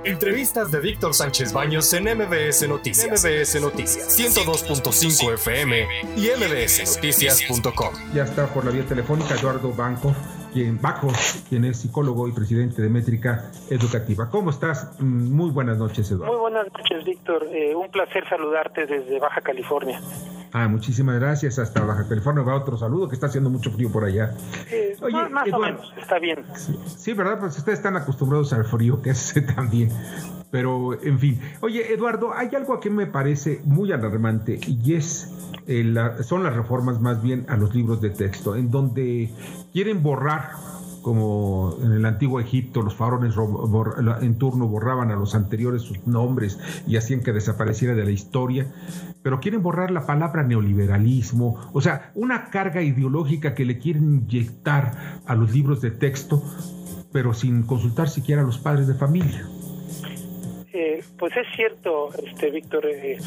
Entrevistas de Víctor Sánchez Baños en MBS Noticias. MBS Noticias 102.5 FM y mbsnoticias.com. Ya está por la vía telefónica Eduardo Bacos, quien es psicólogo y presidente de Métrica Educativa. ¿Cómo estás? Muy buenas noches, Eduardo. Muy buenas noches, Víctor. Un placer saludarte desde Baja California. Muchísimas gracias. Hasta Baja California va otro saludo, que está haciendo mucho frío por allá. Oye, más Eduardo, o menos, está bien. Sí, ¿verdad? Pues ustedes están acostumbrados al frío, que es también. Pero, en fin. Oye, Eduardo, hay algo que me parece muy alarmante y son las reformas más bien a los libros de texto, en donde quieren borrar, como en el antiguo Egipto, los faraones en turno borraban a los anteriores sus nombres y hacían que desapareciera de la historia, pero quieren borrar la palabra neoliberalismo, o sea, una carga ideológica que le quieren inyectar a los libros de texto, pero sin consultar siquiera a los padres de familia. Pues es cierto, Víctor,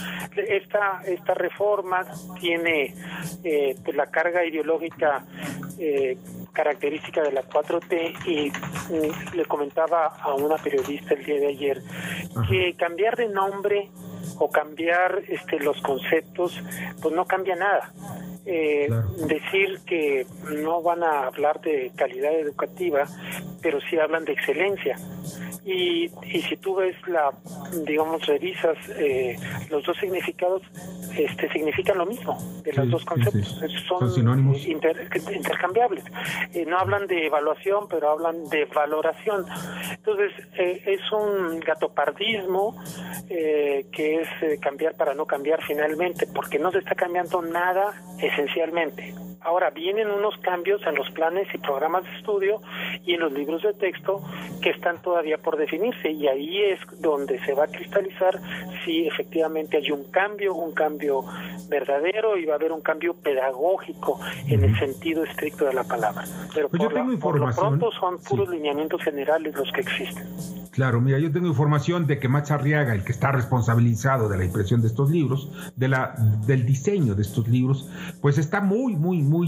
esta reforma tiene pues la carga ideológica característica de la 4T y le comentaba a una periodista el día de ayer que cambiar de nombre o cambiar los conceptos pues no cambia nada. Claro. Decir que no van a hablar de calidad educativa, pero sí hablan de excelencia. Y si tú ves revisas los dos significados, significan lo mismo, los dos conceptos, son sinónimos, intercambiables. No hablan de evaluación, pero hablan de valoración. Entonces, es un gatopardismo que es cambiar para no cambiar finalmente, porque no se está cambiando nada esencialmente. Ahora vienen unos cambios en los planes y programas de estudio y en los libros de texto que están todavía por definirse, y ahí es donde se va a cristalizar si efectivamente hay un cambio verdadero, y va a haber un cambio pedagógico en el sentido estricto de la palabra. Pero por lo pronto son puros lineamientos generales los que existen. Claro, mira, yo tengo información de que Max Arriaga, el que está responsabilizado de la impresión de estos libros, del diseño de estos libros, pues está muy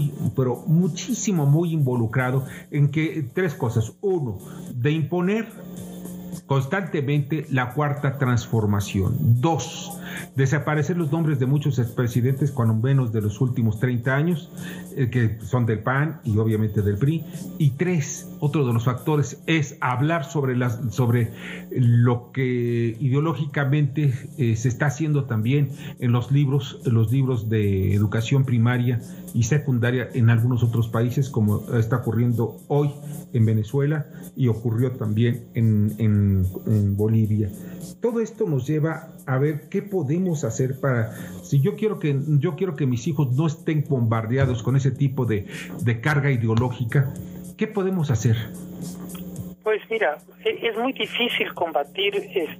involucrado en que tres cosas. Uno, de imponer constantemente la cuarta transformación. Dos, desaparecer los nombres de muchos expresidentes, cuando menos de los últimos 30 años, que son del PAN y obviamente del PRI. Y tres, otro de los factores es hablar sobre lo que ideológicamente se está haciendo también en los libros de educación primaria y secundaria en algunos otros países, como está ocurriendo hoy en Venezuela y ocurrió también en Bolivia. Todo esto nos lleva a ver qué podemos hacer si yo quiero que mis hijos no estén bombardeados con ese tipo de carga ideológica. ¿Qué podemos hacer? Pues mira, es muy difícil combatir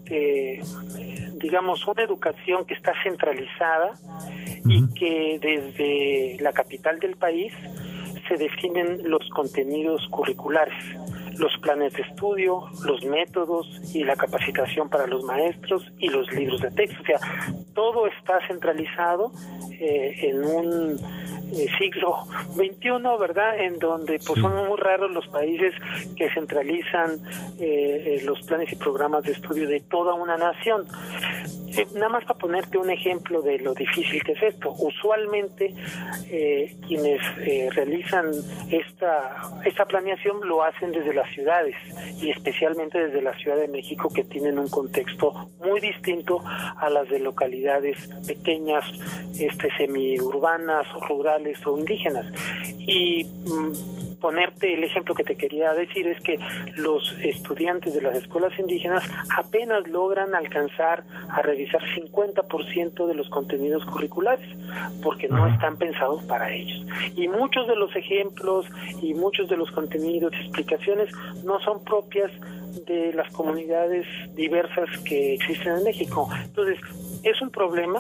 una educación que está centralizada y que desde la capital del país se definen los contenidos curriculares, los planes de estudio, los métodos y la capacitación para los maestros y los libros de texto. O sea, todo está centralizado en un siglo XXI, ¿verdad? En donde pues son muy raros los países que centralizan los planes y programas de estudio de toda una nación. Nada más para ponerte un ejemplo de lo difícil que es esto. Usualmente quienes realizan esta planeación lo hacen desde las ciudades, y especialmente desde la Ciudad de México, que tienen un contexto muy distinto a las de localidades pequeñas, semiurbanas, rurales o indígenas. Y ponerte el ejemplo que te quería decir es que los estudiantes de las escuelas indígenas apenas logran alcanzar a revisar 50% de los contenidos curriculares, porque no están pensados para ellos. Y muchos de los ejemplos y muchos de los contenidos y explicaciones no son propias de las comunidades diversas que existen en México. Entonces, es un problema.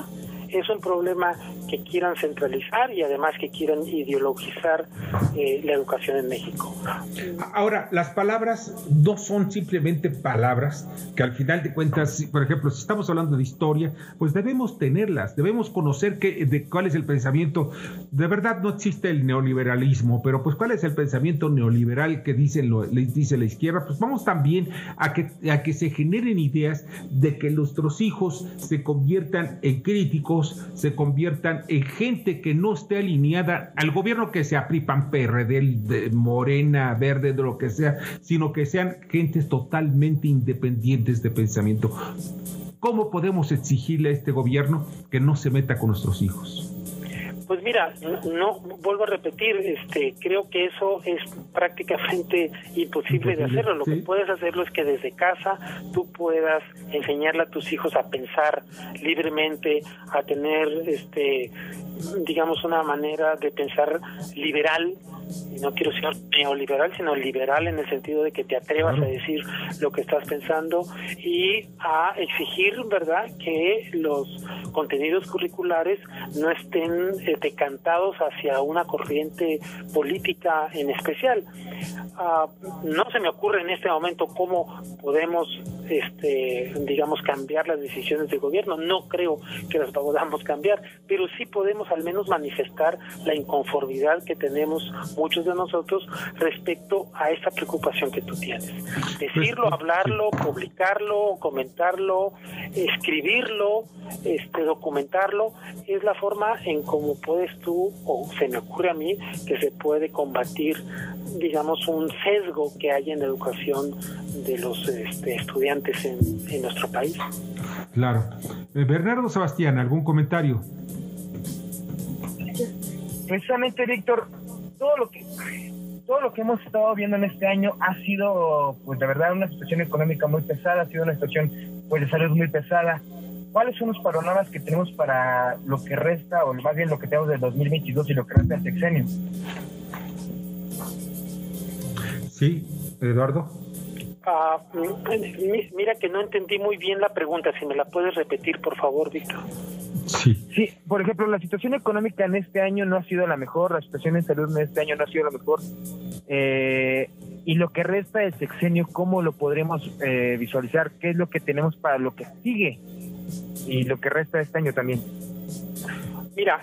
es un problema que quieran centralizar y además que quieran ideologizar la educación en México. Ahora, las palabras no son simplemente palabras que al final de cuentas, por ejemplo, si estamos hablando de historia, pues debemos tenerlas, debemos conocer cuál es el pensamiento. De verdad no existe el neoliberalismo, pero pues cuál es el pensamiento neoliberal que dice la izquierda. Pues vamos también a que se generen ideas de que nuestros hijos se conviertan en críticos, se conviertan en gente que no esté alineada al gobierno, que sea PRI, PAN, PRD, de Morena, Verde, de lo que sea, sino que sean gentes totalmente independientes de pensamiento. ¿Cómo podemos exigirle a este gobierno que no se meta con nuestros hijos? Pues mira, no vuelvo a repetir, creo que eso es prácticamente imposible de hacerlo. Lo que puedes hacerlo es que desde casa tú puedas enseñarle a tus hijos a pensar libremente, a tener digamos una manera de pensar liberal, y no quiero ser neoliberal, sino liberal en el sentido de que te atrevas a decir lo que estás pensando y a exigir, ¿verdad?, que los contenidos curriculares no estén decantados hacia una corriente política en especial. No se me ocurre en este momento cómo podemos, digamos, cambiar las decisiones del gobierno. No creo que las podamos cambiar, pero sí podemos al menos manifestar la inconformidad que tenemos muchos de nosotros respecto a esta preocupación que tú tienes. Decirlo, hablarlo, publicarlo, comentarlo, escribirlo, documentarlo, es la forma en cómo puedes tú, o se me ocurre a mí, que se puede combatir, digamos, un sesgo que hay en la educación de los estudiantes en nuestro país. Claro. Bernardo Sebastián, ¿algún comentario? Precisamente, Víctor, todo lo que hemos estado viendo en este año ha sido, pues de verdad, una situación económica muy pesada, ha sido una situación, pues, de salud muy pesada. ¿Cuáles son los panoramas que tenemos para lo que resta, o más bien lo que tenemos del 2022 y lo que resta del sexenio? Sí, Eduardo. Mira que no entendí muy bien la pregunta. Si me la puedes repetir, por favor, Víctor. Sí, por ejemplo, la situación económica en este año no ha sido la mejor, la situación en salud en este año no ha sido la mejor, y lo que resta del sexenio, ¿cómo lo podremos visualizar? ¿Qué es lo que tenemos para lo que sigue y lo que resta de este año también? Mira,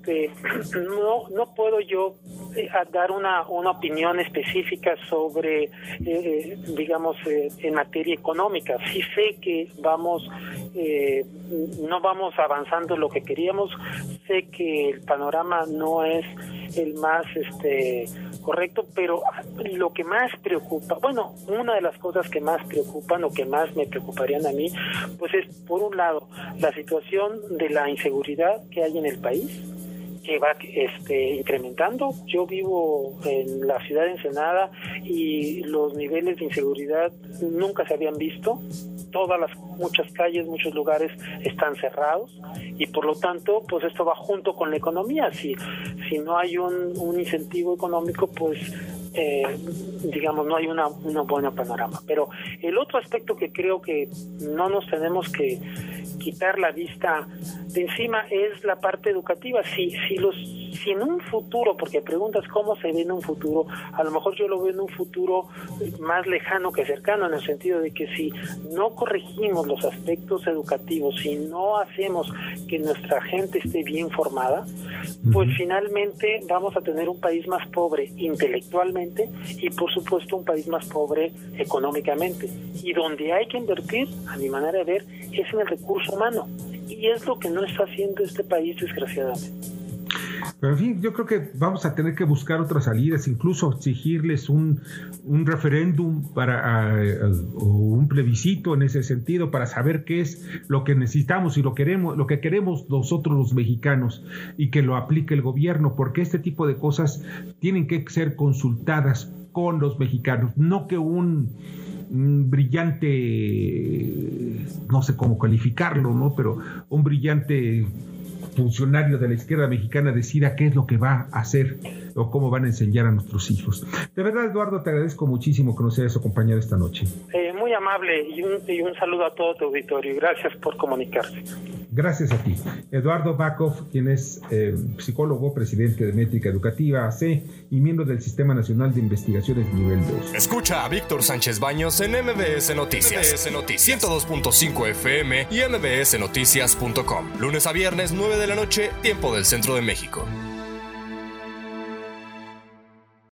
no puedo yo dar una opinión específica sobre, digamos, en materia económica. Sí sé que no vamos avanzando lo que queríamos. Sé que el panorama no es el más correcto, pero lo que más preocupa, bueno, una de las cosas que más preocupan o que más me preocuparían a mí, pues es, por un lado, la situación de la inseguridad que hay en el país, que va incrementando. Yo vivo en la ciudad de Ensenada y los niveles de inseguridad nunca se habían visto. Muchas calles, muchos lugares están cerrados y por lo tanto, pues esto va junto con la economía. Si no hay un incentivo económico, pues digamos, no hay una buena panorama. Pero el otro aspecto que creo que no nos tenemos que quitar la vista de encima es la parte educativa. Si en un futuro, porque preguntas cómo se ve en un futuro, a lo mejor yo lo veo en un futuro más lejano que cercano, en el sentido de que si no corregimos los aspectos educativos, si no hacemos que nuestra gente esté bien formada, pues finalmente vamos a tener un país más pobre intelectualmente y por supuesto un país más pobre económicamente. Y donde hay que invertir, a mi manera de ver, es en el recurso humano. Y es lo que no está haciendo este país, desgraciadamente. Pero en fin, yo creo que vamos a tener que buscar otras salidas, incluso exigirles un referéndum o un plebiscito en ese sentido para saber qué es lo que necesitamos y lo que queremos nosotros los mexicanos y que lo aplique el gobierno, porque este tipo de cosas tienen que ser consultadas con los mexicanos, no que un brillante, no sé cómo calificarlo, ¿no? Pero un brillante funcionario de la izquierda mexicana decida qué es lo que va a hacer o cómo van a enseñar a nuestros hijos. De verdad, Eduardo, te agradezco muchísimo que nos hayas acompañado esta noche. Muy amable y un saludo a todo tu auditorio. Gracias por comunicarse. Gracias a ti. Eduardo Bakov, quien es psicólogo, presidente de Métrica Educativa AC y miembro del Sistema Nacional de Investigaciones Nivel 2. Escucha a Víctor Sánchez Baños en MBS Noticias. 102.5 FM y mbsnoticias.com. Lunes a viernes, 9 de la noche, tiempo del Centro de México.